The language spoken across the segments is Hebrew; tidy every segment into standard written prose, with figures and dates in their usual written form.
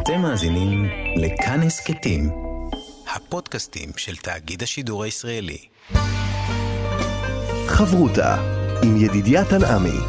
אתם מאזינים לכאן הסכתים, הפודקאסטים של תאגיד השידור הישראלי. חברותה עם ידידיה תנעמי.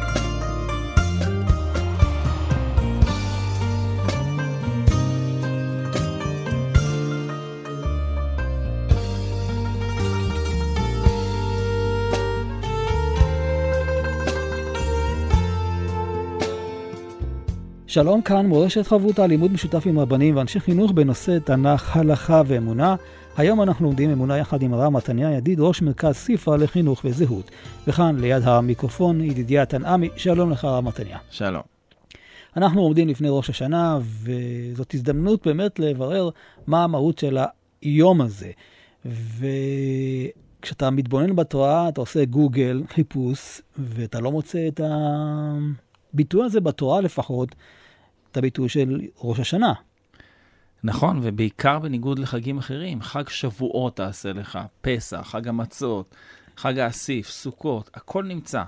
שלום, כאן מורשת חברותה, לימוד משותף עם רבנים ואנשי חינוך בנושא תנ"ך, הלכה ואמונה. היום אנחנו לומדים אמונה יחד עם הרב מתניה ידיד, ראש מרכז ספרא לחינוך וזהות. וכאן ליד המיקרופון ידידיה תנעמי. שלום לך הרב מתניה. שלום. אנחנו עומדים לפני ראש השנה, וזאת הזדמנות באמת לברר מה המהות של היום הזה. וכשאתה מתבונן בתורה, אתה עושה גוגל, חיפוש, ואתה לא מוצא את הביטוי הזה בתורה לפחות, את הביטוי של ראש השנה. נכון, ובעיקר בניגוד לחגים אחרים. חג שבועות תעשה לך, פסח, חג המצות, חג האסיף, סוכות, הכל נמצא.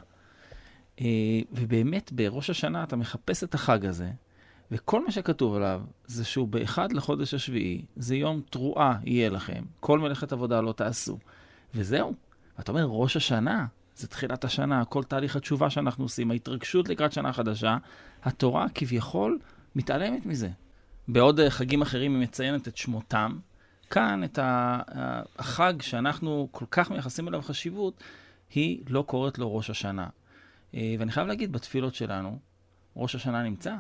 ובאמת בראש השנה אתה מחפש את החג הזה, וכל מה שכתוב עליו זה שהוא באחד לחודש השביעי, זה יום תרועה יהיה לכם, כל מלאכת עבודה לא תעשו. וזהו. ואתה אומר, ראש השנה, זה תחילת השנה, כל תהליך התשובה שאנחנו עושים, ההתרגשות לקראת שנה חדשה, התורה כביכול מתעלמת מזה. בעוד חגים אחרים היא מציינת את שמותם, כאן את החג שאנחנו כל כך מייחסים אליו חשיבות, היא לא קוראת לו ראש השנה. ואני חייב להגיד, בתפילות שלנו, ראש השנה נמצא.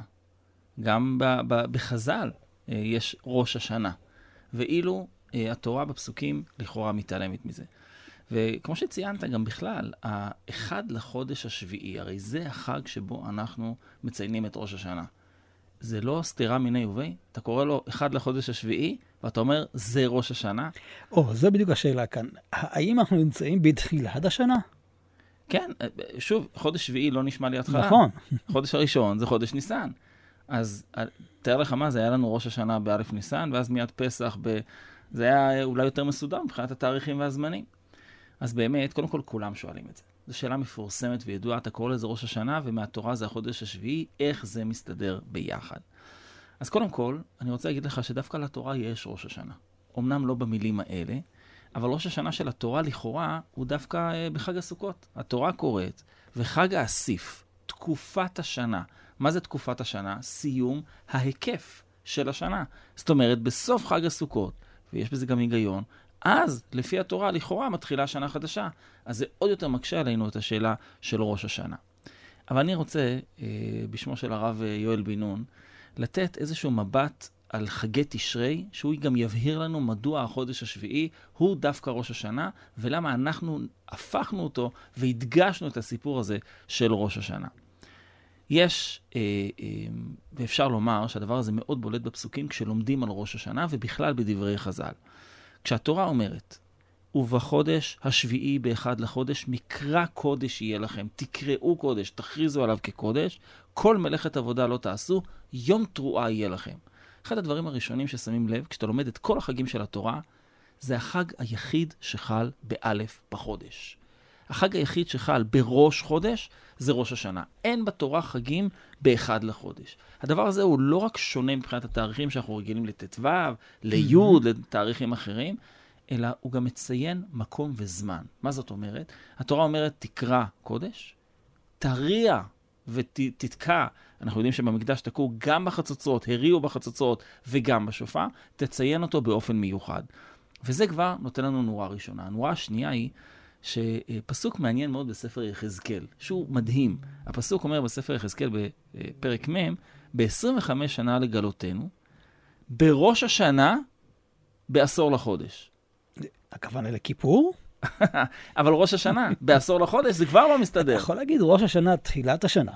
גם בחז"ל יש ראש השנה. ואילו התורה בפסוקים לכאורה מתעלמת מזה. וכמו שציינת גם בכלל, האחד לחודש השביעי, הרי זה החג שבו אנחנו מציינים את ראש השנה. זה לא סתירה מיני ובי? אתה קורא לו אחד לחודש השביעי, ואתה אומר, זה ראש השנה? זה בדיוק השאלה כאן. האם אנחנו נמצאים בתחילת השנה? כן, שוב, חודש שביעי לא נשמע לי התחלה. נכון. חודש הראשון זה חודש ניסן. אז תאר לך מה, זה היה לנו ראש השנה באלף ניסן, ואז מיד פסח, זה היה אולי יותר מסודר מבחינת התאריכים והזמנים. אז באמת, קודם כל כולם שואלים את זה. זו שאלה מפורסמת וידועה, אתה קורא לזה ראש השנה, ומהתורה זה החודש השביעי, איך זה מסתדר ביחד. אז קודם כל, אני רוצה להגיד לך שדווקא לתורה יש ראש השנה. אמנם לא במילים האלה, אבל ראש השנה של התורה לכאורה הוא דווקא בחג הסוכות. התורה קוראת, וחג האסיף, תקופת השנה. מה זה תקופת השנה? סיום ההיקף של השנה. זאת אומרת, בסוף חג הסוכות, ויש בזה גם היגיון, אז לפי התורה לכאורה מתחילה שנה חדשה. אז זה עוד יותר מקשה עלינו את השאלה של ראש השנה. אבל אני רוצה, בשמו של הרב יואל בן נון, לתת איזשהו מבט על חגי תשרי, שהוא גם יבהיר לנו מדוע החודש השביעי הוא דווקא ראש השנה, ולמה אנחנו הפכנו אותו והדגשנו את הסיפור הזה של ראש השנה. יש, ואפשר לומר שהדבר הזה מאוד בולט בפסוקים כשלומדים על ראש השנה, ובכלל בדברי חז"ל. כשהתורה אומרת, ובחודש השביעי באחד לחודש, מקרא קודש יהיה לכם, תקראו קודש, תכריזו עליו כקודש, כל מלאכת עבודה לא תעשו, יום תרועה יהיה לכם. אחד הדברים הראשונים ששמים לב, כשאתה לומד את כל החגים של התורה, זה החג היחיד שחל באלף בחודש. החג היחיד שחל בראש חודש, זה ראש השנה. אין בתורה חגים באחד לחודש. הדבר הזה הוא לא רק שונה מבחינת התאריכים שאנחנו רגילים לט"ו, ליוד, לתאריכים אחרים, אלא הוא גם מציין מקום וזמן. מה זאת אומרת? התורה אומרת, תקרא קודש, תריע ותתקע. אנחנו יודעים שבמקדש תקעו גם בחצוצות, הריעו בחצוצות וגם בשופר, תציין אותו באופן מיוחד. וזה כבר נותן לנו נורה ראשונה. הנורה השנייה היא שפסוק מעניין מאוד בספר יחזקאל, שהוא מדהים. הפסוק אומר בספר יחזקאל בפרק מ', ב-25 שנה לגלותנו, בראש השנה, בעשור לחודש. הכוונה לכיפור? אבל ראש השנה, בעשור לחודש, זה כבר לא מסתדר. אתה יכול להגיד ראש השנה, תחילת השנה.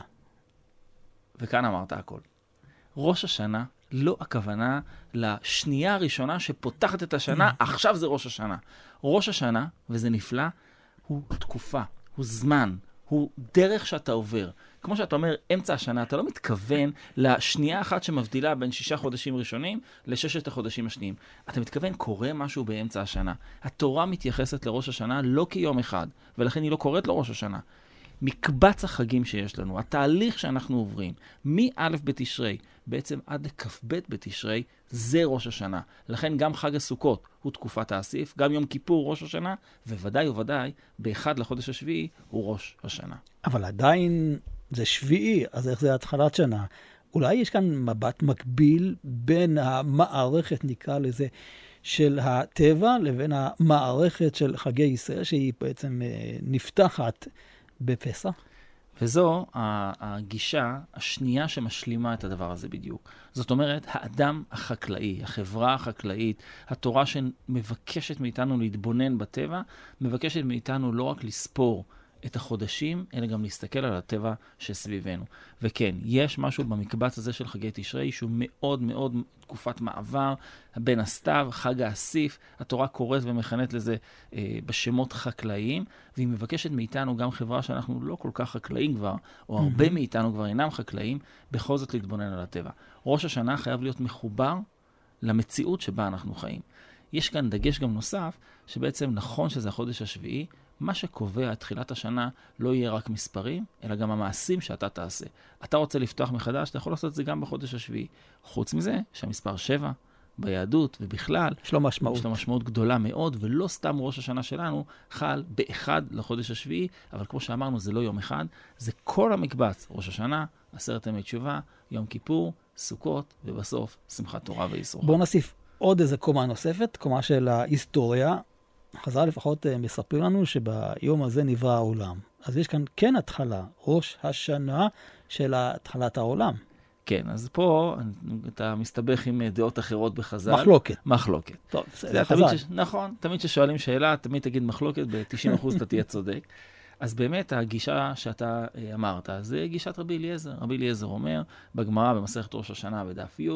וכאן אמרת הכל. ראש השנה, לא הכוונה לשנייה הראשונה שפותחת את השנה, עכשיו זה ראש השנה. ראש השנה, וזה נפלא, הוא תקופה, הוא זמן, הוא דרך שאתה עובר. כמו שאתה אומר, אמצע השנה, אתה לא מתכוון לשנייה אחת שמבדילה בין 6 חודשים ראשונים ל6 החודשים השניים. אתה מתכוון, קורה משהו באמצע השנה. התורה מתייחסת לראש השנה לא כיום אחד, ולכן היא לא קוראת לו ראש השנה. מקבץ החגים שיש לנו, התהליך שאנחנו עוברים, מא' בתשרי, בעצם עד לכ"ב בתשרי, זה ראש השנה. לכן גם חג הסוכות הוא תקופת האסיף, גם יום כיפור ראש השנה, וודאי וודאי, באחד לחודש השביעי הוא ראש השנה. אבל עדיין זה שביעי, אז איך זה התחלת שנה? אולי יש כאן מבט מקביל בין המערכת, נקרא לזה, של הטבע לבין המערכת של חגי ישראל, שהיא בעצם נפתחת בפסח? וזו הגישה השנייה שמשלימה את הדבר הזה בדיוק. זאת אומרת, האדם החקלאי, החברה החקלאית, התורה שמבקשת מאיתנו להתבונן בטבע, מבקשת מאיתנו לא רק לספור את החודשים, אלא גם להסתכל על הטבע שסביבנו. וכן, יש משהו במקבץ הזה של חגי תשרי שהוא מאוד מאוד תקופת מעבר, בין הסתיו, חג האסיף, התורה קוראת ומכנת לזה בשמות חקלאיים, והיא מבקשת מאיתנו, גם חברה שאנחנו לא כל כך חקלאים כבר, או הרבה מאיתנו כבר אינם חקלאים, בכל זאת להתבונן על הטבע. ראש השנה חייב להיות מחובר למציאות שבה אנחנו חיים. יש כאן דגש גם נוסף, שבעצם נכון שזה החודש השביעי, מה שקובע את תחילת השנה לא יהיה רק מספרים, אלא גם המעשים שאתה תעשה. אתה רוצה לפתוח מחדש, אתה יכול לעשות את זה גם בחודש השביעי. חוץ מזה, שהמספר 7 ביהדות ובכלל, יש לו משמעות. יש לו משמעות גדולה מאוד, ולא סתם ראש השנה שלנו חל באחד לחודש השביעי, אבל כמו שאמרנו, זה לא יום אחד, זה כל המקבץ, ראש השנה, 10 ימי תשובה, יום כיפור, סוכות, ובסוף שמחת תורה וישרוך. בואו נוסיף עוד איזה קומה נוספת, קומה של ההיסטוריה. חז"ל לפחות מספרים לנו שביום הזה נברא העולם. אז יש כאן כן התחלה, ראש השנה של התחלת העולם. כן, אז פה אתה מסתבך עם דעות אחרות בחז"ל. מחלוקת. טוב, זה חז"ל. נכון, תמיד ששואלים שאלה, תמיד תגיד מחלוקת, ב-90% אתה תהיה צודק. אז באמת הגישה שאתה אמרת, זה גישת רבי אליעזר. רבי אליעזר אומר, בגמרא במסכת ראש השנה בדף י',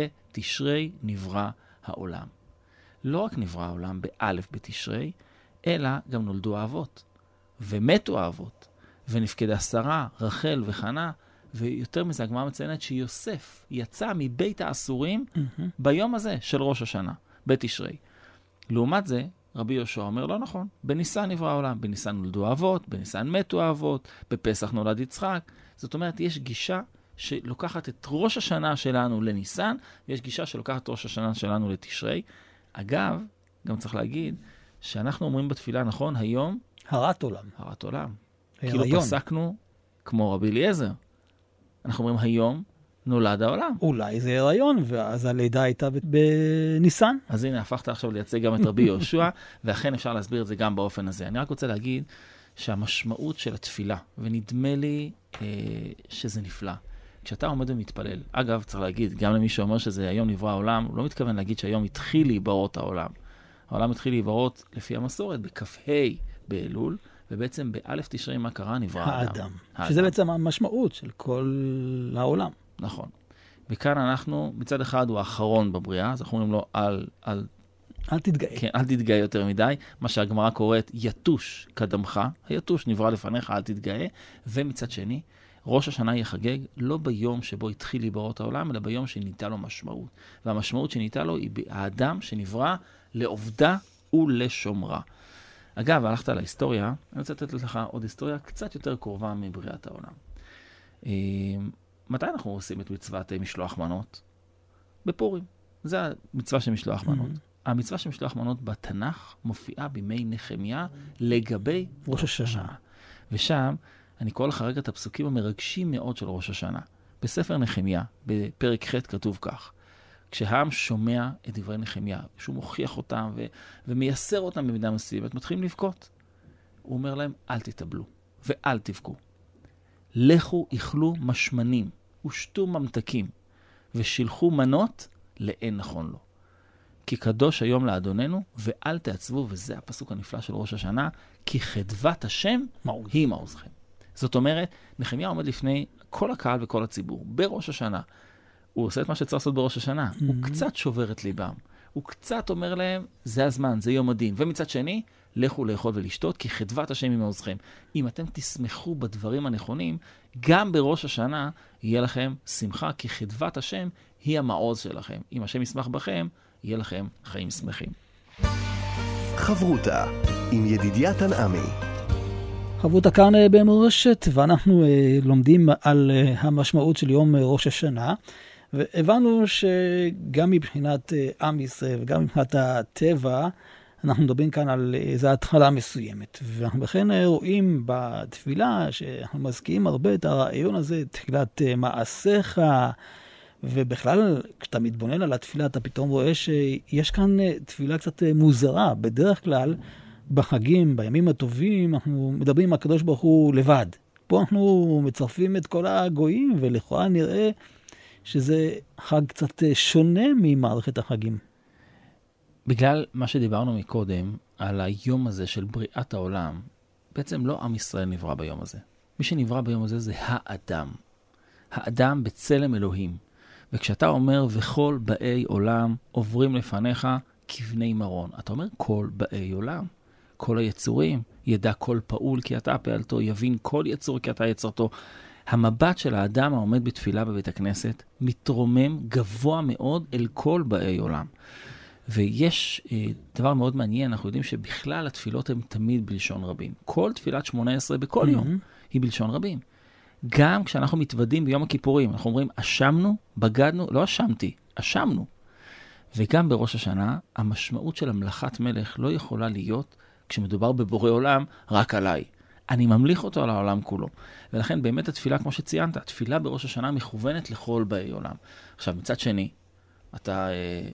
בתשרי נברא העולם. לא רק נברא העולם באלף בתשרי, אלא גם נולדו האבות, ומתו האבות, ונפקדה שרה, רחל וחנה, ויותר מזה, הגמרא מציינת שיוסף יצא מבית האסורים ביום הזה של ראש השנה, בתשרי. לעומת זה, רבי יהושע אומר, לא נכון, בניסן נברא העולם, בניסן נולדו האבות, בניסן מתו האבות, בפסח נולד יצחק. זאת אומרת, יש גישה שלוקחת את ראש השנה שלנו לניסן, ויש גישה שלוקחת את ראש השנה שלנו לתשרי. אגב, גם צריך להגיד שאנחנו אומרים בתפילה, נכון, היום הרת עולם. הרת עולם. כאילו פסקנו כמו רבי אליעזר. אנחנו אומרים היום נולד העולם. אולי זה הריון, ואז הלידה הייתה בניסן. אז הנה, הפכת עכשיו לייצג גם את רבי יהושע, ואכן אפשר להסביר את זה גם באופן הזה. אני רק רוצה להגיד שהמשמעות של התפילה, ונדמה לי שזה נפלא, כשאתה עומד ומתפלל, אגב, צריך להגיד, גם למי שאומר שזה היום נברא העולם, הוא לא מתכוון להגיד שהיום התחיל להיברות העולם. העולם התחיל להיברות לפי המסורת, בכ"ה באלול, ובעצם באלף תשרי מה קרה? נברא האדם. שזה בעצם המשמעות של כל העולם. נכון. וכאן אנחנו, מצד אחד הוא האחרון בבריאה, אז אנחנו אומרים לו אל תתגאה. כן, אל תתגאה יותר מדי. מה שהגמרא קוראת יתוש קדמך, היתוש נברא לפניך, אל תתגאה. ומצד שני, ראש השנה יחגג לא ביום שבו התחיל להיברות העולם, אלא ביום שניתה לו משמעות. והמשמעות שניתה לו היא האדם שנברא לעובדה ולשומרה. אגב, הלכת על ההיסטוריה, אני רוצה לתת לך עוד היסטוריה קצת יותר קרובה מבריאת העולם. מתי אנחנו עושים את מצוות משלוח מנות? בפורים. זה המצווה של משלוח מנות. המצווה של משלוח מנות בתנ"ך מופיעה בימי נחמיה לגבי ראש השנה. ושם אני קורא לך רגע את הפסוקים המרגשים מאוד של ראש השנה. בספר נחמיה, בפרק ח' כתוב כך, כשהעם שומע את דברי נחמיה, שהוא מוכיח אותם ומייסר אותם במידה מסוימת, מתחילים לבכות. הוא אומר להם, אל תתאבלו ואל תבכו. לכו איכלו משמנים ושתו ממתקים ושילחו מנות לאין נכון לו. כי קדוש היום לאדוננו ואל תעצבו, וזה הפסוק הנפלא של ראש השנה, כי חדבת השם היא מעוזכם. זאת אומרת, נחמיה עומד לפני כל הקהל וכל הציבור, בראש השנה. הוא עושה את מה שצריך לעשות בראש השנה. הוא קצת שובר את ליבם. הוא קצת אומר להם, זה הזמן, זה יום הדין. ומצד שני, לכו לאכול ולשתות, כי חדבת השם היא מעוזכם. אם אתם תשמחו בדברים הנכונים, גם בראש השנה יהיה לכם שמחה, כי חדבת השם היא המעוז שלכם. אם השם ישמח בכם, יהיה לכם חיים שמחים. חברותה עם ידידיה תנעמי. חברותה כאן במורשת, ואנחנו לומדים על המשמעות של יום ראש השנה, והבנו שגם מבחינת עם ישראל וגם מבחינת הטבע, אנחנו מדברים כאן על איזו התחלה מסוימת. ואנחנו בכן רואים בתפילה שאנחנו מזכירים הרבה את הרעיון הזה, תחילת מעשיך, ובכלל, כשאתה מתבונן על התפילה, אתה פתאום רואה שיש כאן תפילה קצת מוזרה. בדרך כלל, בחגים, בימים הטובים, אנחנו מדברים עם הקדוש ברוך הוא לבד. פה אנחנו מצרפים את כל הגויים, ולכאורה נראה שזה חג קצת שונה ממערכת החגים. בגלל מה שדיברנו מקודם, על היום הזה של בריאת העולם, בעצם לא עם ישראל נברא ביום הזה. מי שנברא ביום הזה זה האדם. האדם בצלם אלוהים. וכשאתה אומר, וכל באי עולם עוברים לפניך כבני מרון. אתה אומר, כל באי עולם. כל היצורים, ידע כל פעול כי אתה פעלתו, יבין כל יצור כי אתה יצרתו. המבט של האדם העומד בתפילה בבית הכנסת מתרומם גבוה מאוד אל כל באי עולם. ויש דבר מאוד מעניין, אנחנו יודעים שבכלל התפילות הן תמיד בלשון רבים. כל תפילת 18 בכל יום היא בלשון רבים. גם כשאנחנו מתוודים ביום הכיפורים, אנחנו אומרים, אשמנו, בגדנו, לא אשמתי, אשמנו. וגם בראש השנה, המשמעות של המלאכת מלך לא יכולה להיות, כשמדובר בבורא עולם, רק עליי. אני ממליך אותו על העולם כולו. ולכן באמת התפילה, כמו שציינת, התפילה בראש השנה מכוונת לכל באי עולם. עכשיו, מצד שני, אתה,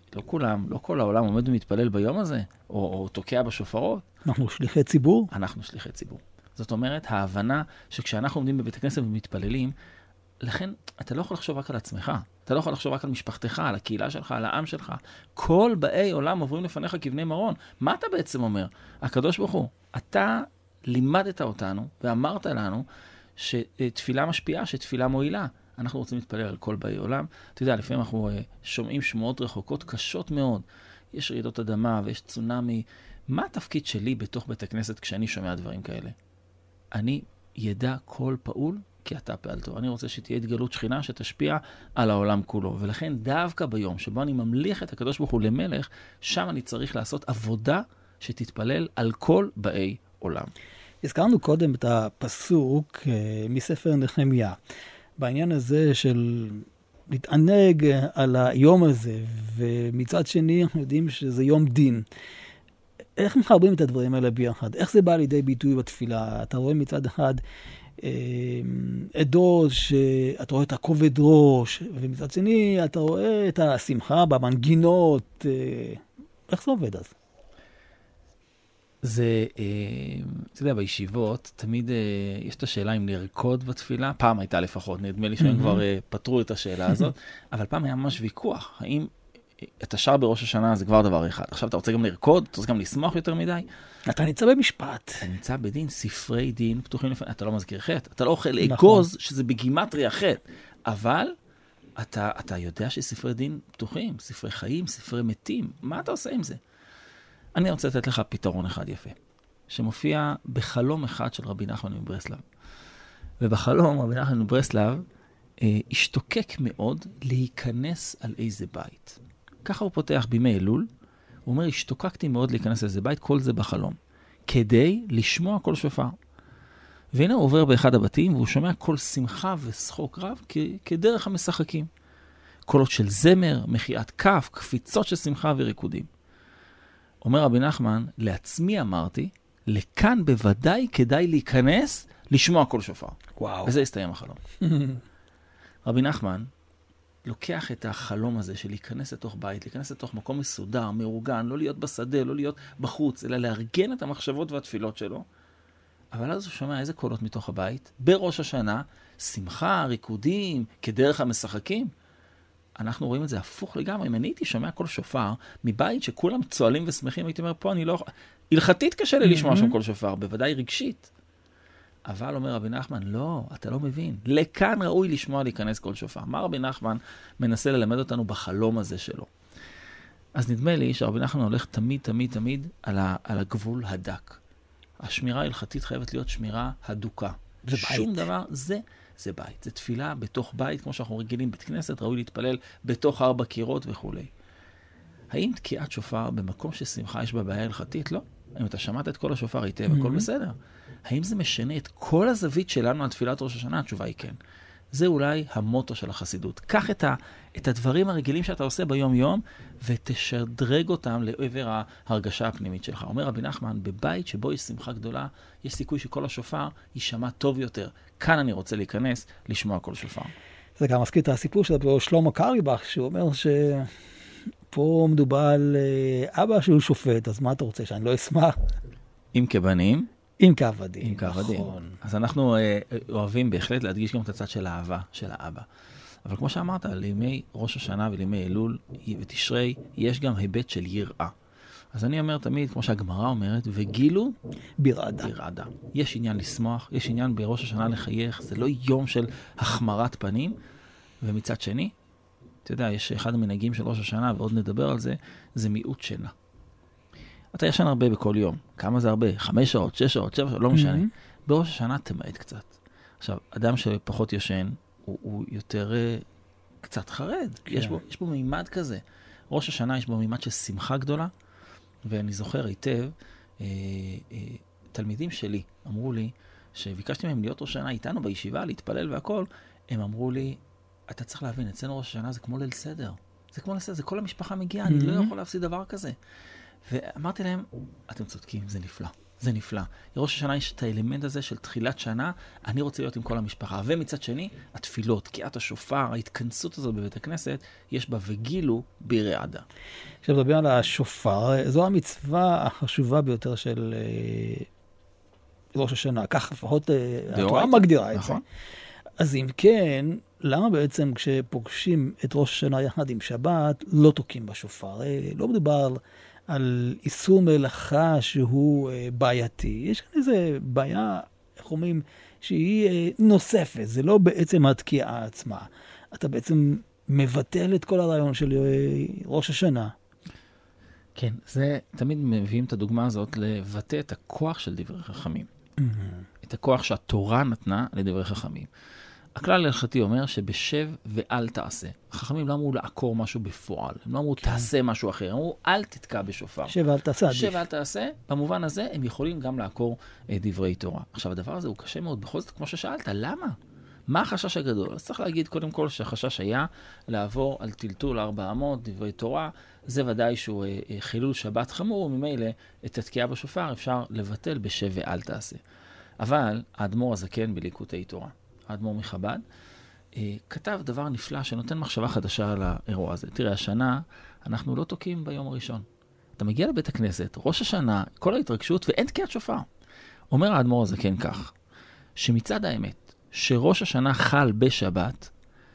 לא כל העולם עומד ומתפלל ביום הזה, או תוקע בשופרות. אנחנו שליחי ציבור? אנחנו שליחי ציבור. זאת אומרת, ההבנה שכשאנחנו עומדים בבית הכנסת ומתפללים, לכן אתה לא יכול לחשוב רק על עצמך. אתה לא יכול לחשוב רק על משפחתך, על הקהילה שלך, על העם שלך. כל באי עולם עוברים לפניך כבני מרון. מה אתה בעצם אומר? הקדוש ברוך הוא, אתה לימדת אותנו ואמרת לנו שתפילה משפיעה, שתפילה מועילה. אנחנו רוצים להתפלל על כל באי עולם. אתה יודע, לפעמים אנחנו שומעים שמועות רחוקות קשות מאוד. יש רעידות אדמה ויש צונמי. מה התפקיד שלי בתוך בית הכנסת כשאני שומע דברים כאלה? אני ידע כל פעול כי אתה פעלתו. אני רוצה שתהיה התגלות שכינה שתשפיע על העולם כולו. ולכן דווקא ביום שבו אני ממליך את הקדוש ברוך הוא למלך, שם אני צריך לעשות עבודה שתתפלל על כל באי עולם. הזכרנו קודם את הפסוק מספר נחמיה. בעניין הזה של להתענג על היום הזה, ומצד שני אנחנו יודעים שזה יום דין. איך מחברים את הדברים האלה ביחד? איך זה בא לידי ביטוי בתפילה? אתה רואה מצד אחד עדות שאתה רואה את הכובד ראש, ומצד שני אתה רואה את השמחה במנגינות. איך זה עובד אז? זה, אתה יודע, בישיבות, תמיד יש את השאלה אם לרקוד בתפילה. פעם הייתה לפחות, נדמה לי שהם כבר פתרו את השאלה הזאת, אבל פעם היה ממש ויכוח. האם אתה שר בראש השנה זה כבר דבר אחד. עכשיו אתה רוצה גם לרקוד, אתה רוצה גם לשמוח יותר מדי. אתה נמצא במשפט. אתה נמצא בדין, ספרי דין פתוחים לפני, אתה לא מזכיר חטא, אתה לא אוכל אגוז שזה בגימטריה חטא, אבל אתה יודע שספרי דין פתוחים, ספרי חיים, ספרי מתים, מה אתה עושה עם זה? אני רוצה לתת לך פתרון אחד יפה, שמופיע בחלום אחד של רבי נחמן מברסלב. ובחלום רבי נחמן מברסלב השתוקק מאוד להיכנס על איזה בית. ככה הוא פותח בימי אלול, הוא אומר, השתוקקתי מאוד להיכנס על איזה בית, כל זה בחלום, כדי לשמוע כל שופר. והנה הוא עובר באחד הבתים, והוא שומע כל שמחה ושחוק רב, כדרך המשחקים. קולות של זמר, מחיית כף, קפיצות של שמחה וריקודים. אומר רבי נחמן, לעצמי אמרתי, לכאן בוודאי כדאי להיכנס, לשמוע כל שופר. וואו. וזה הסתיים החלום. רבי נחמן לוקח את החלום הזה של להיכנס לתוך בית, להיכנס לתוך מקום מסודר, מאורגן, לא להיות בשדה, לא להיות בחוץ, אלא לארגן את המחשבות והתפילות שלו. אבל אז הוא שומע איזה קולות מתוך הבית, בראש השנה, שמחה, ריקודים, כדרך המשחקים. אנחנו רואים את זה הפוך לגמרי. אם אני הייתי שומע כל שופר מבית שכולם צועלים ושמחים, הייתי אומר, פה אני לא... הלכתית קשה לי לשמוע שם כל שופר, בוודאי רגשית. אבל אומר רבי נחמן, לא, אתה לא מבין. לכאן ראוי לשמוע להיכנס כל שופר. מה רבי נחמן מנסה ללמד אותנו בחלום הזה שלו? אז נדמה לי שרבי נחמן הולך תמיד על הגבול הדק. השמירה ההלכתית חייבת להיות שמירה הדוקה. זה שום בית. דבר, זה בית. זה תפילה בתוך בית, כמו שאנחנו רגילים בית כנסת, ראוי להתפלל בתוך 4 קירות וכו'. האם תקיעת שופר במקום ששמחה יש בה בעיה הלכתית? לא. אם אתה שמעת את כל השופר היטב, הכל בסדר. האם זה משנה את כל הזווית שלנו על תפילת ראש השנה? התשובה היא כן. זה אולי המוטו של החסידות. קח את הדברים הרגילים שאתה עושה ביום-יום, ותשדרג אותם לעבר ההרגשה הפנימית שלך. אומר רבי נחמן, בבית שבו יש שמחה גדולה, יש סיכוי שכל השופר יישמע טוב יותר. כאן אני רוצה להיכנס, לשמוע כל שופר. זה גם מזכיר את הסיפור של שלמה קרליבך, שהוא אומר שפה מדובר על אבא שהוא שופט, אז מה אתה רוצה, שאני לא אשמח? אם כבנים, אם כעבדים. אם כעבדים. נכון. אז אנחנו אוהבים בהחלט להדגיש גם את הצד של האהבה של האבא. אבל כמו שאמרת, לימי ראש השנה ולימי אלול ותשרי, יש גם היבט של יראה. אז אני אומר תמיד, כמו שהגמרא אומרת, וגילו ברעדה. ברעדה. יש עניין לשמוח, יש עניין בראש השנה לחייך, זה לא יום של החמרת פנים, ומצד שני, אתה יודע, יש אחד המנהגים של ראש השנה, ועוד נדבר על זה, זה מיעוט שינה. אתה ישן הרבה בכל יום. כמה זה הרבה? 5 שעות, 6 שעות, 7 שעות, לא משנה. בראש השנה תמעט קצת. עכשיו, אדם שפחות ישן, הוא יותר קצת חרד. כן. יש בו מימד כזה. ראש השנה יש בו מימד של שמחה גדולה, ואני זוכר היטב, תלמידים שלי אמרו לי, שביקשתי מהם להיות ראש השנה איתנו בישיבה, להתפלל והכל, הם אמרו לי, אתה צריך להבין, אצלנו ראש השנה זה כמו ליל סדר. זה כמו ליל סדר, זה כל המשפחה מגיעה, אני לא יכול להפסיד דבר כזה. ואמרתי להם, אתם צודקים, זה נפלא. זה נפלא. ראש השנה יש את האלמנט הזה של תחילת שנה, אני רוצה להיות עם כל המשפחה. ומצד שני, התפילות, תקיעת השופר, ההתכנסות הזאת בבית הכנסת, יש בה וגילו ברעדה. כשמדברים על השופר, זו המצווה החשובה ביותר של ראש השנה. כך לפחות התורה מגדירה את זה. אז אם כן, למה בעצם כשפוגשים את ראש השנה יחד עם שבת, לא תוקים בשופר? לא מדובר על איסור מלאכה שהוא בעייתי. יש כאן איזה בעיה, איך אומרים, שהיא נוספת. זה לא בעצם התקיעה עצמה. אתה בעצם מבטל את כל הרעיון של ראש השנה. כן, זה תמיד מביאים את הדוגמה הזאת לבטא את הכוח של דברי חכמים. את הכוח שהתורה נתנה לדברי חכמים. הכלל ההלכתי אומר שבשב ואל תעשה. החכמים לא אמרו לעקור משהו בפועל. הם לא אמרו תעשה משהו אחר. הם אמרו אל תתקע בשופר. שב ואל תעשה. שב ואל תעשה. במובן הזה הם יכולים גם לעקור דברי תורה. עכשיו הדבר הזה הוא קשה מאוד. בכל זאת כמו ששאלת, למה? מה החשש הגדול? אז צריך להגיד קודם כל שהחשש היה לעבור על טלטול 400 דברי תורה. זה ודאי שהוא חילול שבת חמור, וממילא את התקיעה בשופר אפשר לבטל בשב ואל תעשה. אבל האדמו"ר הזקן בליקוטי תורה, האדמו"ר מחב"ד, כתב דבר נפלא שנותן מחשבה חדשה על האירוע הזה. תראה, השנה אנחנו לא תוקים ביום הראשון. אתה מגיע לבית הכנסת, ראש השנה, כל ההתרגשות, ואין תקיעת שופר. אומר האדמו"ר הזקן כך, שמצד האמת, שראש השנה חל בשבת,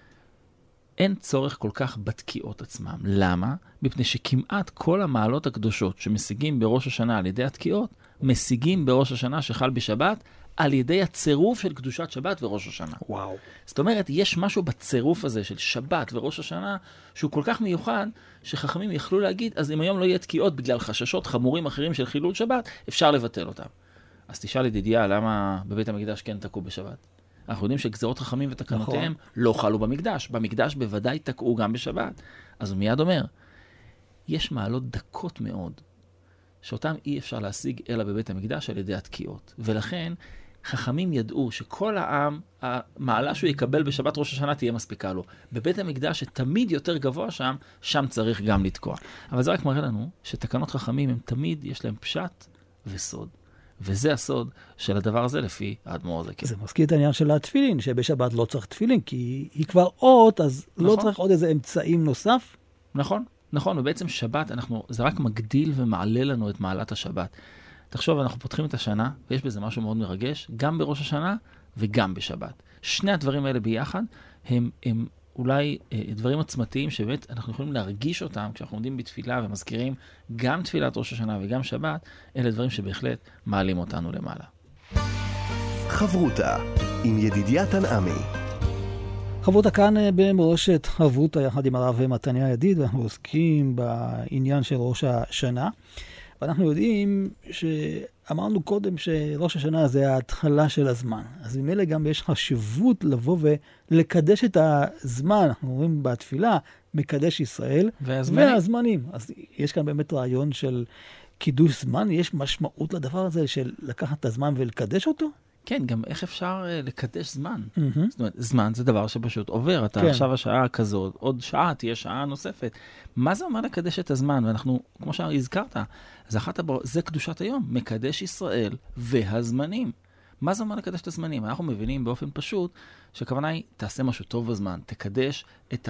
אין צורך כל כך בתקיעות עצמם. למה? מפני שכמעט כל המעלות הקדושות שמשיגים בראש השנה על ידי התקיעות, משיגים בראש השנה שחל בשבת, על ידי הצירוף של קדושת שבת וראש השנה. וואו. זאת אומרת, יש משהו בצירוף הזה של שבת וראש השנה, שהוא כל כך מיוחד, שחכמים יכלו להגיד, אז אם היום לא יהיה תקיעות בגלל חששות חמורים אחרים של חילול שבת, אפשר לבטל אותם. אז תשאל ידידיה, למה בבית המקדש כן תקעו בשבת? אנחנו יודעים שגזרות חכמים ותקנותיהם לא חלו במקדש. במקדש בוודאי תקעו גם בשבת. אז הוא מיד אומר, יש מעלות דקות מאוד, שאותם אי אפשר להשיג אלא בבית המקדש על ידי התקיעות. ולכן חכמים ידעו שכל העם, המעלה שהוא יקבל בשבת ראש השנה תהיה מספיקה לו. בבית המקדש שתמיד יותר גבוה שם, שם צריך גם לתקוע. אבל זה רק מראה לנו שתקנות חכמים הם תמיד יש להם פשט וסוד. וזה הסוד של הדבר הזה לפי האדמו"ר הזקן. זה מזכיר את העניין של התפילין, שבשבת לא צריך תפילין, כי היא כבר אות, אז נכון. לא צריך עוד איזה אמצעים נוסף. נכון, נכון, ובעצם שבת, זה רק מגדיל ומעלה לנו את מעלת השבת. תחשוב, אנחנו פותחים את השנה, ויש בזה משהו מאוד מרגש, גם בראש השנה וגם בשבת. שני הדברים האלה ביחד, הם אולי דברים עצמתיים שבאמת אנחנו יכולים להרגיש אותם כשאנחנו עומדים בתפילה ומזכירים גם תפילת ראש השנה וגם שבת, אלה דברים שבהחלט מעלים אותנו למעלה. חברותה עם ידידיה תנעמי. חברותה כאן במורשת חברותה יחד עם הרב מתניה ידיד, ואנחנו עוסקים בעניין של ראש השנה. ואנחנו יודעים שאמרנו קודם שראש השנה זה ההתחלה של הזמן. אז ממילא גם יש חשיבות לבוא ולקדש את הזמן. אנחנו אומרים בתפילה, מקדש ישראל והזמנים. אז יש כאן באמת רעיון של קידוש זמן, יש משמעות לדבר הזה של לקחת את הזמן ולקדש אותו? כן, גם איך אפשר לקדש זמן? זאת אומרת, זמן זה דבר שפשוט עובר. אתה עכשיו השעה כזאת, עוד שעה תהיה שעה נוספת. מה זה אומר לקדש את הזמן? ואנחנו, כמו שהזכרת, זה קדושת היום, מקדש ישראל והזמנים. מה זה אומר לקדש את הזמנים? אנחנו מבינים באופן פשוט שהכוונה היא, תעשה משהו טוב בזמן, תקדש את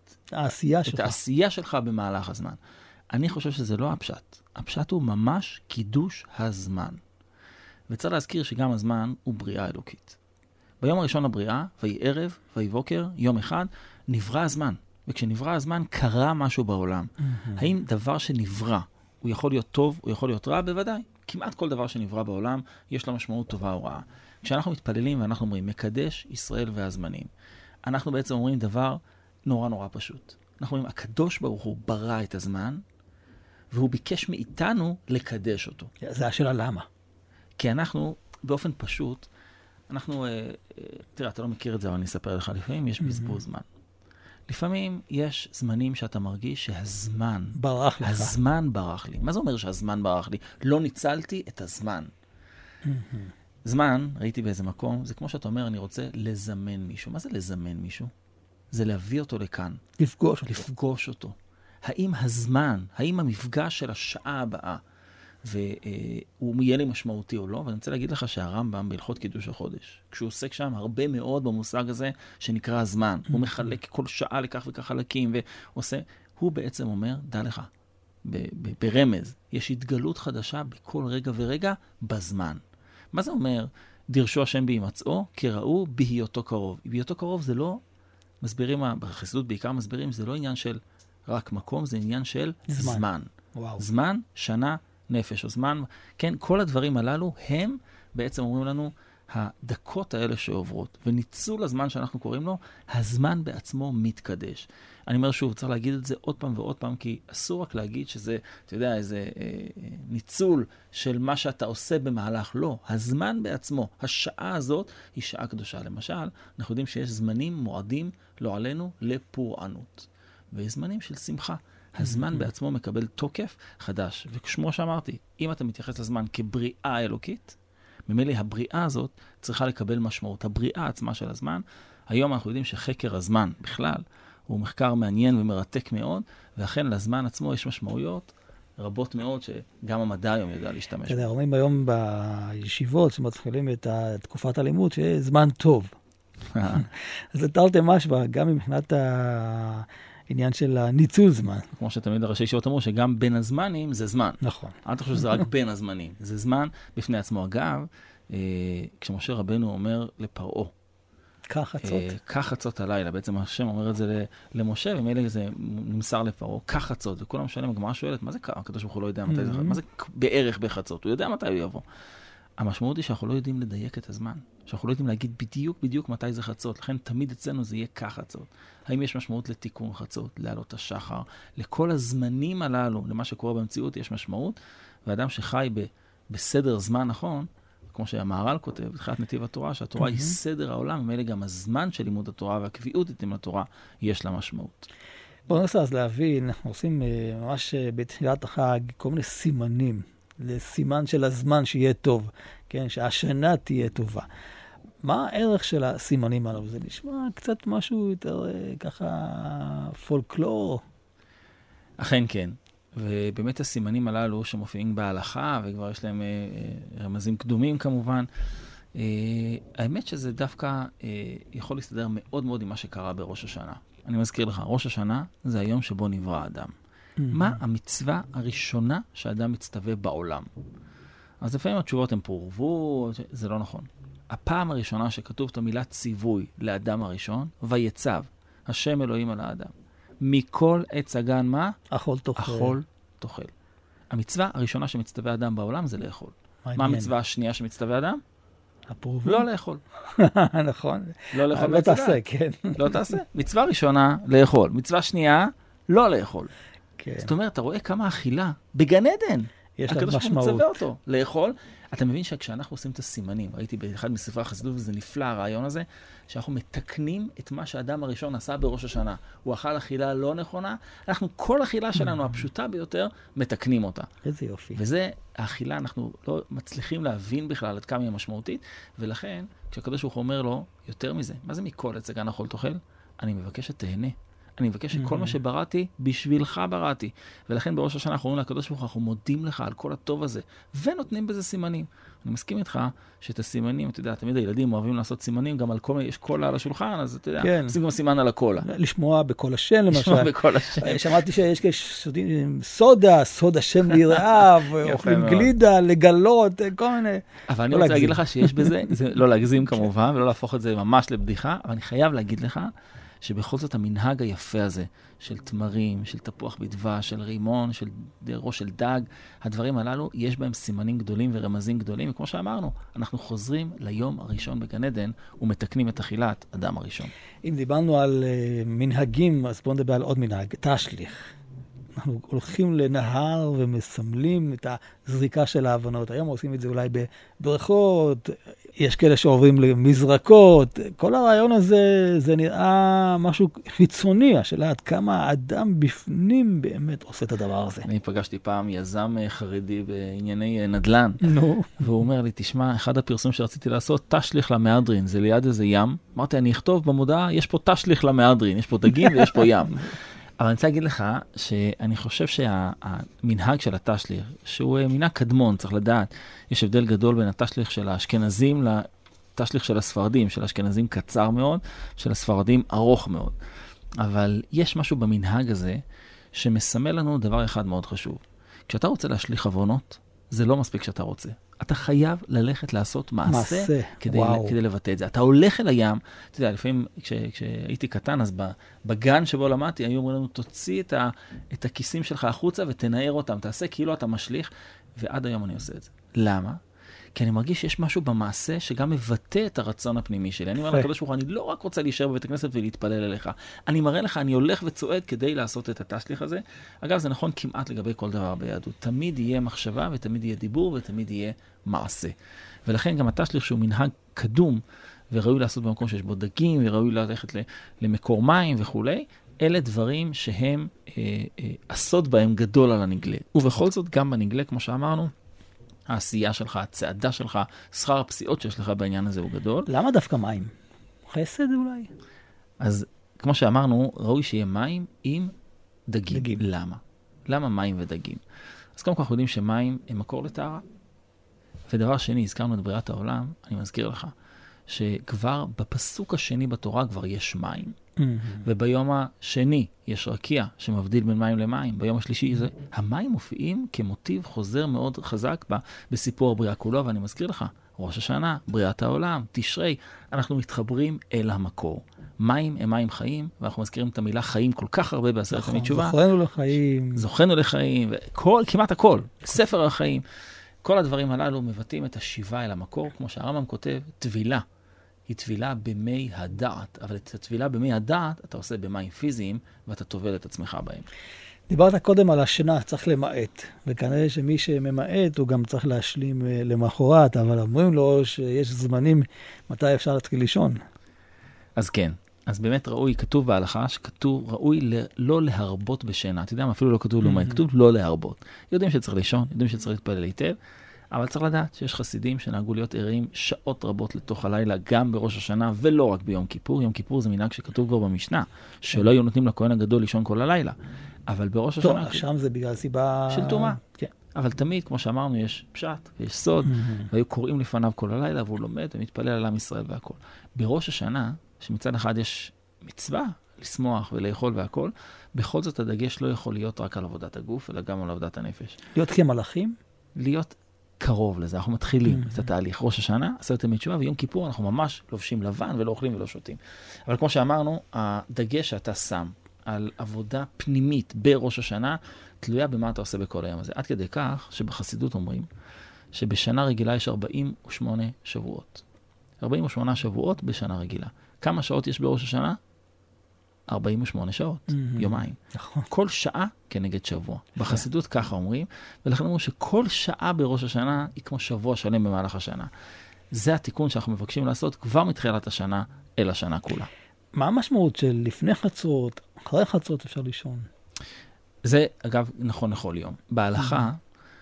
העשייה שלך במהלך הזמן. אני חושב שזה לא הפשט. הפשט הוא ממש קידוש הזמן. וצריך להזכיר שגם הזמן הוא בריאה אלוקית. ביום הראשון לבריאה, ויהי ערב, ויהי בוקר, יום אחד, נברא הזמן. וכשנברא הזמן, קרה משהו בעולם. האם דבר שנברא, הוא יכול להיות טוב, הוא יכול להיות רע? בוודאי. כמעט כל דבר שנברא בעולם, יש לה משמעות טובה או רעה. כשאנחנו מתפללים ואנחנו אומרים, מקדש ישראל והזמנים, אנחנו בעצם אומרים דבר נורא נורא פשוט. אנחנו אומרים, הקדוש ברוך הוא ברא את הזמן, והוא ביקש מאיתנו לקדש אותו. זה השאלה למה? כי אנחנו, באופן פשוט, תראה, אתה לא מכיר את זה, אבל אני אספר לך, לפעמים יש בזבוז זמן. לפעמים יש זמנים שאתה מרגיש שהזמן ברח לך. הזמן ברח לי. מה זה אומר שהזמן ברח לי? לא ניצלתי את הזמן. זמן, ראיתי באיזה מקום, זה כמו שאתה אומר, אני רוצה לזמן מישהו. מה זה לזמן מישהו? זה להביא אותו לכאן. לפגוש אותו. האם הזמן, האם המפגש של השעה הבאה, והוא יהיה לי משמעותי או לא? ואני רוצה להגיד לך שהרמב"ם בהלכות קידוש החודש, כשהוא עוסק שם הרבה מאוד במושג הזה שנקרא הזמן, הוא מחלק כל שעה לכך וכך חלקים, ועושה, הוא בעצם אומר, דע לך, ברמז, יש התגלות חדשה בכל רגע ורגע בזמן. מה זה אומר? דרשו השם בהימצאו, כי ראו בהיותו קרוב. בהיותו קרוב זה לא, מסבירים, בחסידות בעיקר מסבירים, זה לא עניין של רק מקום, זה עניין של זמן. זמן, שנה, נפש או זמן, כן, כל הדברים הללו הם בעצם אומרים לנו הדקות האלה שעוברות, וניצול הזמן שאנחנו קוראים לו, הזמן בעצמו מתקדש. אני אומר שוב, צריך להגיד את זה עוד פעם ועוד פעם, כי אסור רק להגיד שזה, אתה יודע, איזה ניצול של מה שאתה עושה במהלך. לא, הזמן בעצמו, השעה הזאת היא שעה קדושה. למשל, אנחנו יודעים שיש זמנים מועדים, לא עלינו, לפורענות. ויש זמנים של שמחה. הזמן בעצמו מקבל תוקף חדש. וכמו שאמרתי, אם אתה מתייחס לזמן כבריאה אלוקית, ממילא הבריאה הזאת צריכה לקבל משמעות. הבריאה עצמה של הזמן, היום אנחנו יודעים שחקר הזמן בכלל, הוא מחקר מעניין ומרתק מאוד, ואכן לזמן עצמו יש משמעויות רבות מאוד שגם המדע היום יודע להשתמש. אתה יודע, אומרים היום בישיבות שמתחילים את תקופת הלימוד, שיש זמן טוב. אז זה תרתי משמע, גם מבחינת עניין של הניצול זמן. כמו שתמיד הראשי ישיבות אמרו, שגם בין הזמנים זה זמן. נכון. אל תחשוב שזה רק בין הזמנים. זה זמן בפני עצמו. אגב, כשמשה רבנו אומר לפרעה, כך חצות. כך חצות הלילה. בעצם השם אומר את זה למשה, ומילא זה נמסר לפרעה, כך חצות. וכולם שואלים, הגמרא שואלת, מה זה כך? הקדוש ברוך הוא לא יודע מתי זה, מה זה בערך בחצות? הוא יודע מתי הוא יבוא. המשמעות היא שאנחנו לא יודעים לדייק את הזמן. שאנחנו לא יודעים להגיד בדיוק מתי זה חצות. לכן תמיד אצלנו זה יהיה כך חצות. האם יש משמעות לתיקון חצות, לעלות השחר? לכל הזמנים הללו, למה שקורה במציאות, יש משמעות. ואדם שחי בסדר זמן נכון, כמו שהמהר"ל כותב, בתחילת נתיב התורה, שהתורה היא סדר העולם, ומילא גם הזמן של לימוד התורה והקביעות איתם לתורה, יש לה משמעות. בואו ננסה אז להבין, אנחנו עושים ממש בתחילת החג כל מיני סימנים, לסימן של הזמן שיהיה טוב, כן, שהשנה תהיה טובה. מה הערך של הסימנים הללו? זה נשמע קצת משהו יותר ככה פולקלור. אכן כן. ובאמת הסימנים הללו שמופיעים בהלכה, וכבר יש להם רמזים קדומים כמובן, האמת שזה דווקא יכול להסתדר מאוד מאוד עם מה שקרה בראש השנה. אני מזכיר לך, ראש השנה זה היום שבו נברא האדם. מה המצווה הראשונה שהאדם מצטווה בעולם? אז לפעמים התשובות הן פורבו, זה לא נכון. הפעם הראשונה שכתוב את המילה ציווי לאדם הראשון, ויצב, השם אלוהים על האדם. מכל עץ הגן מה? אכול תאכל. אכול תאכל. המצווה הראשונה שמצטווה אדם בעולם זה לאכול. מה המצווה השנייה שמצטווה אדם? הפורבו. לא לאכול. נכון. לא לאכול לא תעשה, כן. לא תעשה. מצווה ראשונה, לאכול. מצווה שנייה, לא לאכול. כן. זאת אומרת, אתה רואה כמה אכילה בגן עדן. יש לה הקדוש ברוך הוא משמעות. מצווה אותו לאכול. אתה מבין שכשאנחנו עושים את הסימנים, ראיתי באחד מספרי החסידות, וזה נפלא הרעיון הזה, שאנחנו מתקנים את מה שהאדם הראשון עשה בראש השנה. הוא אכל אכילה לא נכונה, אנחנו כל אכילה שלנו הפשוטה ביותר, מתקנים אותה. איזה יופי. וזה, האכילה, אנחנו לא מצליחים להבין בכלל עד כמה היא משמעותית, ולכן, כשהקדוש ברוך הוא אומר לו, יותר מזה, מה זה מכל עץ הגן אכול תאכל? אני מבקש שתהנה. אני מבקש שכל מה שבראתי, בשבילך בראתי. ולכן בראש השנה אנחנו אומרים לקדוש ברוך הוא, אנחנו מודים לך על כל הטוב הזה, ונותנים בזה סימנים. אני מסכים איתך שאת הסימנים, אתה יודע, תמיד הילדים אוהבים לעשות סימנים, גם על כל, יש קולה על השולחן, אז אתה יודע, עושים גם סימן על הקולה. לשמוע בקול השם, למשל. לשמוע בקול השם. שמעתי שיש כששותים סודה שם לירעב, אוכלים גלידה, לגלות, כל מיני. אבל אני רוצה להגיד לך שיש בזה, זה לא להגזים כמובן, ולא להפוך את זה ממש לבדיחה, אבל אני חייב להגיד לך, שבכל זאת המנהג היפה הזה, של תמרים, של תפוח בדבש, של רימון, של ראש של דג, הדברים הללו, יש בהם סימנים גדולים ורמזים גדולים, וכמו שאמרנו, אנחנו חוזרים ליום הראשון בגן עדן, ומתקנים את אכילת אדם הראשון. אם דיברנו על מנהגים, אז בואו נדבר על עוד מנהג, תשליך. אנחנו הולכים לנהר ומסמלים את הזריקה של ההבנות. היום עושים את זה אולי בברכות, יש כאלה שעוברים למזרקות. כל הרעיון הזה, זה נראה משהו חיצוני, השאלה עד כמה האדם בפנים באמת עושה את הדבר הזה. אני פגשתי פעם יזם חרדי בענייני נדל"ן, והוא אומר לי, תשמע, אחד הפרסום שרציתי לעשות, תשליך למהדרין, זה ליד איזה ים. אמרתי, אני אכתוב במודעה, יש פה תשליך למהדרין, יש פה דגים ויש פה ים. אבל אני רוצה להגיד לך שאני חושב שהמנהג של התשליך, שהוא מנהג קדמון, צריך לדעת, יש הבדל גדול בין התשליך של האשכנזים לתשליך של הספרדים, של האשכנזים קצר מאוד, של הספרדים ארוך מאוד. אבל יש משהו במנהג הזה שמסמל לנו דבר אחד מאוד חשוב. כשאתה רוצה להשליך עוונות, זה לא מספיק שאתה רוצה. אתה חייב ללכת לעשות מעשה כדי לבטא את זה. אתה הולך אל הים, אתה יודע, לפעמים כשהייתי קטן, אז בגן שבו למדתי, היו אומרים לנו, תוציא את הכיסים שלך החוצה ותנער אותם, תעשה כאילו אתה משליך, ועד היום אני עושה את זה. למה? כי אני מרגיש שיש משהו במעשה שגם מבטא את הרצון הפנימי שלי. אני אומר לקדוש ברוך הוא, אני לא רק רוצה להישאר בבית הכנסת ולהתפלל אליך. אני מראה לך, אני הולך וצועד כדי לעשות את התשליך הזה. אגב, זה נכון כמעט לגבי כל דבר ביהדות. תמיד יהיה מחשבה ותמיד יהיה דיבור ותמיד יהיה מעשה. ולכן גם התשליך שהוא מנהג קדום וראוי לעשות במקום שיש בו דגים וראוי ללכת למקור מים וכו'. אלה דברים שהם הסוד בהם גדול על הנגלה. ובכל זאת גם בנגלה, כמו שאמרנו, העשייה שלך, הצעדה שלך, שכר הפסיעות שיש לך בעניין הזה הוא גדול. למה דווקא מים? חסד אולי? אז כמו שאמרנו, ראוי שיהיה מים עם דגים. למה? למה מים ודגים? אז קודם כל אנחנו יודעים שמים הם מקור לטהרה. ודבר שני, הזכרנו את בריאת העולם, אני מזכיר לך, שכבר בפסוק השני בתורה כבר יש מים, וביום השני יש רקיע שמבדיל בין מים למים. ביום השלישי זה, המים מופיעים כמוטיב חוזר מאוד חזק בסיפור הבריאה כולו, ואני מזכיר לך, ראש השנה, בריאת העולם, תשרי, אנחנו מתחברים אל המקור. מים הם מים חיים, ואנחנו מזכירים את המילה חיים כל כך הרבה בעשרת ימי תשובה. זוכרנו לחיים. זוכרנו לחיים, כמעט הכל, ספר החיים. כל הדברים הללו מבטאים את השיבה אל המקור, כמו שהרמב"ם כותב, טבילה. היא טבילה במי הדעת, אבל את הטבילה במי הדעת אתה עושה במים פיזיים, ואתה טובל את עצמך בהם. דיברת קודם על השינה, צריך למעט, וכנראה שמי שממעט הוא גם צריך להשלים למחרת, אבל אומרים לו שיש זמנים מתי אפשר להתחיל לישון. אז כן, אז באמת ראוי, כתוב בהלכה, שכתוב ראוי לא להרבות בשינה. אתה יודע, אפילו לא כתוב למעט, כתוב לא להרבות. יודעים שצריך לישון, יודעים שצריך להתפלל היטב, אבל צריך לדעת שיש חסידים שנהגו להיות ערים שעות רבות לתוך הלילה, גם בראש השנה ולא רק ביום כיפור. יום כיפור זה מנהג שכתוב כבר במשנה, שלא היו נותנים לכהן הגדול לישון כל הלילה. אבל בראש השנה... טוב, שם זה בגלל סיבה... של תומה. כן. אבל תמיד, כמו שאמרנו, יש פשט ויש סוד, והיו קוראים לפניו כל הלילה, והוא לומד ומתפלל על עם ישראל והכל. בראש השנה, שמצד אחד יש מצווה לשמוח ולאכול והכל, בכל זאת הדגש לא יכול להיות רק על עבודת הגוף, אלא גם על עבודת הנפש. להיות כמלאכים? להיות קרוב לזה. אנחנו מתחילים את התהליך. ראש השנה, עשרת ימי תשובה, ויום כיפור אנחנו ממש לובשים לבן ולא אוכלים ולא שותים. אבל כמו שאמרנו, הדגש שאתה שם על עבודה פנימית בראש השנה, תלויה במה אתה עושה בכל היום הזה. עד כדי כך שבחסידות אומרים שבשנה רגילה יש 48 שבועות. 48 שבועות בשנה רגילה. כמה שעות יש בראש השנה? 48 שעות, יומיים. נכון. כל שעה כנגד שבוע. בחסידות ככה אומרים, ולכן אומרים שכל שעה בראש השנה היא כמו שבוע שלם במהלך השנה. זה התיקון שאנחנו מבקשים לעשות כבר מתחילת השנה אל השנה כולה. מה המשמעות של לפני חצות, אחרי חצות אפשר לישון? זה, אגב, נכון לכל יום. בהלכה,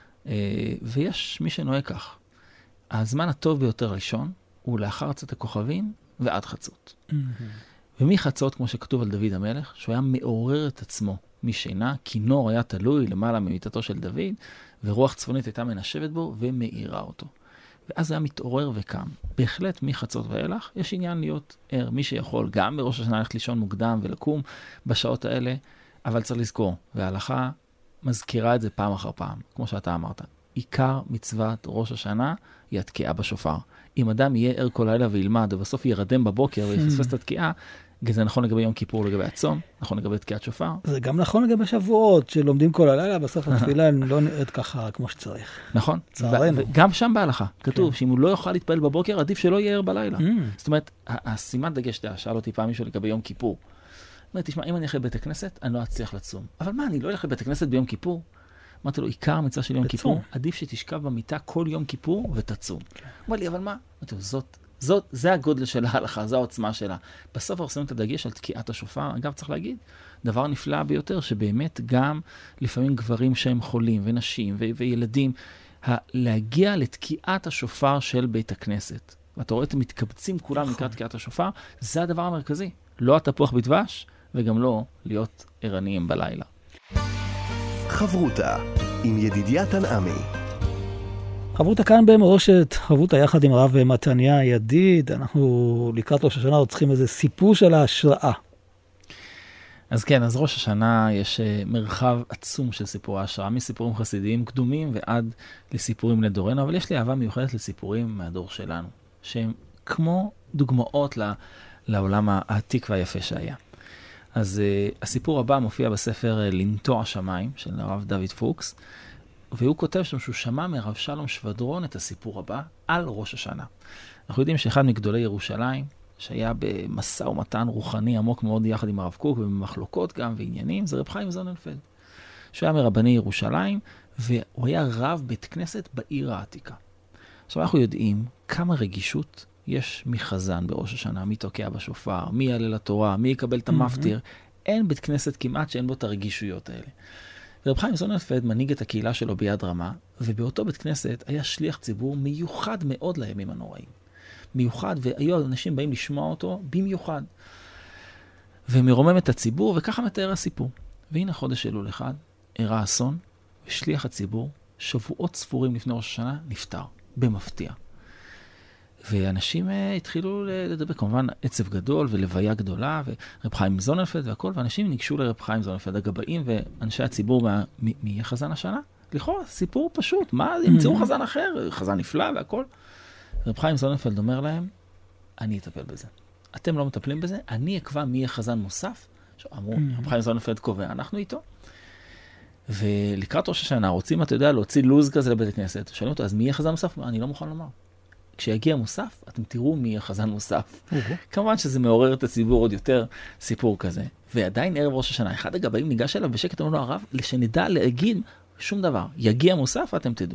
ויש מי שנוהג כך, הזמן הטוב ביותר לישון הוא לאחר צאת הכוכבים ועד חצות. ומחצות, כמו שכתוב על דוד המלך, שהוא היה מעורר את עצמו משינה, כינור היה תלוי למעלה ממיטתו של דוד, ורוח צפונית הייתה מנשבת בו ומאירה אותו. ואז היה מתעורר וקם. בהחלט מחצות ואילך יש עניין להיות ער. מי שיכול גם בראש השנה ללכת לישון מוקדם ולקום בשעות האלה, אבל צריך לזכור, וההלכה מזכירה את זה פעם אחר פעם, כמו שאתה אמרת. עיקר מצוות ראש השנה היא התקיעה בשופר. אם אדם יהיה ער כל לילה וילמד, ובסוף ירדם בבוקר ויפספס את התקיעה, זה נכון לגבי יום כיפור, לגבי הצום, נכון לגבי תקיעת שופר. זה גם נכון לגבי שבועות, שלומדים כל הלילה, בסוף התפילה לא נראית ככה כמו שצריך. נכון. צערנו. גם שם בהלכה, כתוב שאם הוא לא יוכל להתפעל בבוקר, עדיף שלא יהיה ער בלילה. זאת אומרת, השימת דגש, שאל אותי פעם מישהו לגבי יום כיפור. אומרת, תשמע, אם אני אלך לבית הכנסת, אני לא אצליח לצום. אבל מה, אני לא אלך לבית הכנסת ביום כיפור? אמרתי לו, עיקר המצווה של יום כיפור, עדיף שתשכב במיטה כל יום כיפור ותצום. אמר לי, אבל מה? אמרתי לו, זה הגודל של ההלכה, זו העוצמה שלה. בסוף אנחנו שמים את הדגש על תקיעת השופר. אגב, צריך להגיד, דבר נפלא ביותר, שבאמת גם לפעמים גברים שהם חולים ונשים וילדים, להגיע לתקיעת השופר של בית הכנסת. ואתה רואה, אתם מתקבצים כולם לקראת תקיעת השופר, זה הדבר המרכזי. לא התפוח בדבש, וגם לא להיות ערניים בלילה. חברותה עם ידידיה תנעמי. חברותה כאן במורשת, חברותה יחד עם הרב מתניה ידיד. אנחנו לקראת ראש השנה צריכים איזה סיפור של ההשראה. אז כן, אז ראש השנה יש מרחב עצום של סיפורי השראה, מסיפורים חסידיים קדומים ועד לסיפורים לדורנו, אבל יש לי אהבה מיוחדת לסיפורים מהדור שלנו, שהם כמו דוגמאות לעולם העתיק והיפה שהיה. אז הסיפור הבא מופיע בספר לנטוע שמיים של הרב דוד פוקס, והוא כותב שם שהוא שמע מרב שלום שבדרון את הסיפור הבא על ראש השנה. אנחנו יודעים שאחד מגדולי ירושלים, שהיה במסע ומתן רוחני עמוק מאוד יחד עם הרב קוק, ובמחלוקות גם ועניינים, זה רב חיים זוננפלד. שהוא היה מרבני ירושלים, והוא היה רב בית כנסת בעיר העתיקה. עכשיו אנחנו יודעים כמה רגישות יש מחזן בראש השנה, מי תוקע בשופר, מי יעלה לתורה, מי יקבל את המפטיר. אין בית כנסת כמעט שאין בו את הרגישויות האלה. ורב חיים זוננפלד מנהיג את הקהילה שלו ביד רמה, ובאותו בית כנסת היה שליח ציבור מיוחד מאוד לימים הנוראים. מיוחד, והיו אנשים באים לשמוע אותו במיוחד. ומרומם את הציבור, וככה מתאר הסיפור. והנה חודש אלול אחד, אירע אסון, ושליח הציבור, שבועות ספורים לפני ראש השנה, נפטר, במפתיע. ואנשים התחילו לדבר, כמובן עצב גדול ולוויה גדולה, ורב חיים זוננפלד והכל, ואנשים ניגשו לרב חיים זוננפלד, הגבאים ואנשי הציבור מי יהיה חזן השנה? לכאורה, סיפור פשוט, מה, ימצאו חזן אחר, חזן נפלא והכל. רב חיים זוננפלד אומר להם, אני אטפל בזה. אתם לא מטפלים בזה, אני אקבע מי יהיה חזן מוסף. אמרו, רב חיים זוננפלד קובע, אנחנו איתו. ולקראת ראש השנה, רוצים, אתה יודע, להוציא לוז כזה לבית הכנסת. שואלים אותו, אז מי יהיה חזן מוסף? אני לא מוכן לומר. כשיגיע מוסף, אתם תראו מי יהיה חזן מוסף. כמובן שזה מעורר את הציבור עוד יותר, סיפור כזה. ועדיין ערב ראש השנה, אחד הגבאים ניגש אליו בשקט, אומר לו, הרב, שנדע להגיד שום דבר. יגיע מוסף, אתם תדעו.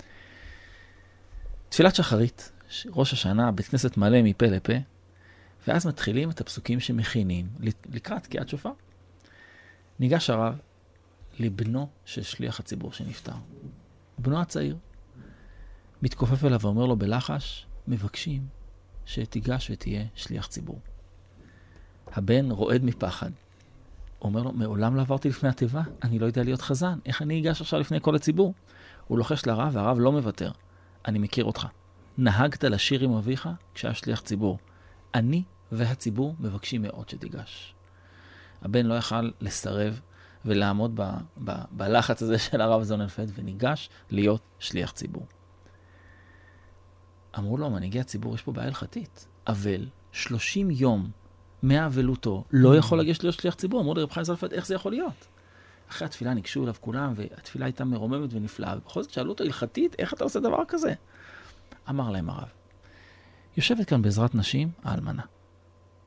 תפילת שחרית, ראש השנה, בית כנסת מלא מפה לפה, ואז מתחילים את הפסוקים שמכינים לקראת תקיעת שופר. ניגש הרב לבנו של שליח הציבור שנפטר. בנו הצעיר. מתכופף אליו ואומר לו בלחש, מבקשים שתיגש ותהיה שליח ציבור. הבן רועד מפחד. הוא אומר לו, מעולם לא עברתי לפני התיבה, אני לא יודע להיות חזן, איך אני אגש עכשיו לפני כל הציבור? הוא לוחש לרב והרב לא מוותר. אני מכיר אותך. נהגת לשיר עם אביך כשהיה שליח ציבור. אני והציבור מבקשים מאוד שתיגש. הבן לא יכל לסרב ולעמוד בלחץ הזה של הרב זוננפלד וניגש להיות שליח ציבור. אמרו לו, מנהיגי הציבור, יש פה בעיה הלכתית. אבל 30 יום מהאבלותו לא יכול לגשת להיות שליח ציבור. אמרו לרב חיים זוננפלד, איך זה יכול להיות? אחרי התפילה ניגשו אליו כולם, והתפילה הייתה מרוממת ונפלאה. ובכל זאת שאלו אותו הלכתית, איך אתה עושה דבר כזה? אמר להם הרב, יושבת כאן בעזרת נשים האלמנה.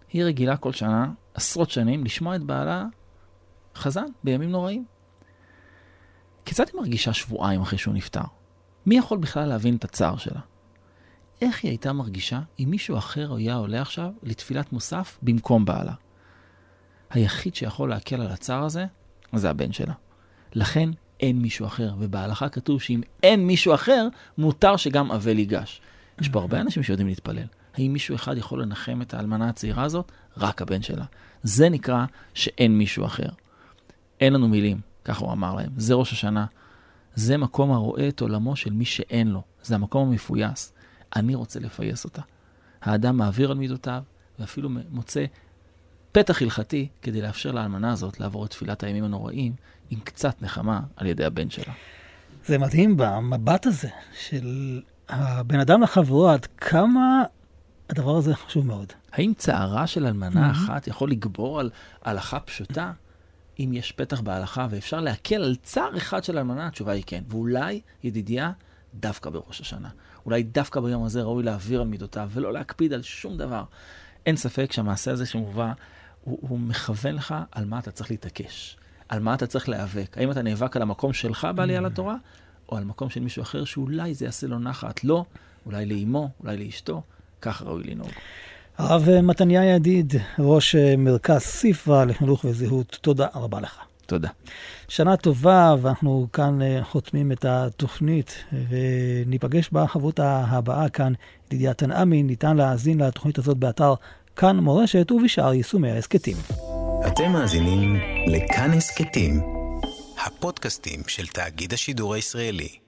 היא רגילה כל שנה, עשרות שנים, לשמוע את בעלה חזן בימים נוראים. כיצד היא מרגישה שבועיים אחרי שהוא נפטר? מי יכול בכלל להבין את הצער שלה? איך היא הייתה מרגישה אם מישהו אחר היה עולה עכשיו לתפילת מוסף במקום בעלה? היחיד שיכול להקל על הצער הזה, זה הבן שלה. לכן אין מישהו אחר, ובהלכה כתוב שאם אין מישהו אחר, מותר שגם אבל ייגש. יש פה הרבה אנשים שיודעים להתפלל. האם מישהו אחד יכול לנחם את האלמנה הצעירה הזאת? רק הבן שלה. זה נקרא שאין מישהו אחר. אין לנו מילים, ככה הוא אמר להם. זה ראש השנה. זה מקום הרואה את עולמו של מי שאין לו. זה המקום המפויס. אני רוצה לפייס אותה. האדם מעביר על מידותיו, ואפילו מוצא פתח הלכתי כדי לאפשר לאלמנה הזאת לעבור את תפילת הימים הנוראים עם קצת נחמה על ידי הבן שלה. זה מדהים במבט הזה של הבן אדם לחברו, עד כמה הדבר הזה חשוב מאוד. האם צערה של אלמנה אחת יכול לגבור על הלכה פשוטה? אם יש פתח בהלכה ואפשר להקל על צער אחד של אלמנה, התשובה היא כן. ואולי, ידידיה, דווקא בראש השנה. אולי דווקא ביום הזה ראוי להעביר על מידותיו ולא להקפיד על שום דבר. אין ספק שהמעשה הזה שמובא, הוא מכוון לך על מה אתה צריך להתעקש. על מה אתה צריך להיאבק. האם אתה נאבק על המקום שלך בעלייה לתורה, או על מקום של מישהו אחר שאולי זה יעשה לו נחת, לא, אולי לאמו, אולי לאשתו, כך ראוי לנהוג. הרב מתניה ידיד, ראש מרכז סיפא לחינוך וזהות, תודה רבה לך. תודה. שנה טובה, ואנחנו כאן חותמים את התוכנית, וניפגש בחברותה הבאה כאן, ידידיה תנעמי. ניתן להאזין לתוכנית הזאת באתר כאן מורשת ובשאר יישומי ההסכתים. אתם מאזינים לכאן הסכתים, הפודקאסטים של תאגיד השידור הישראלי.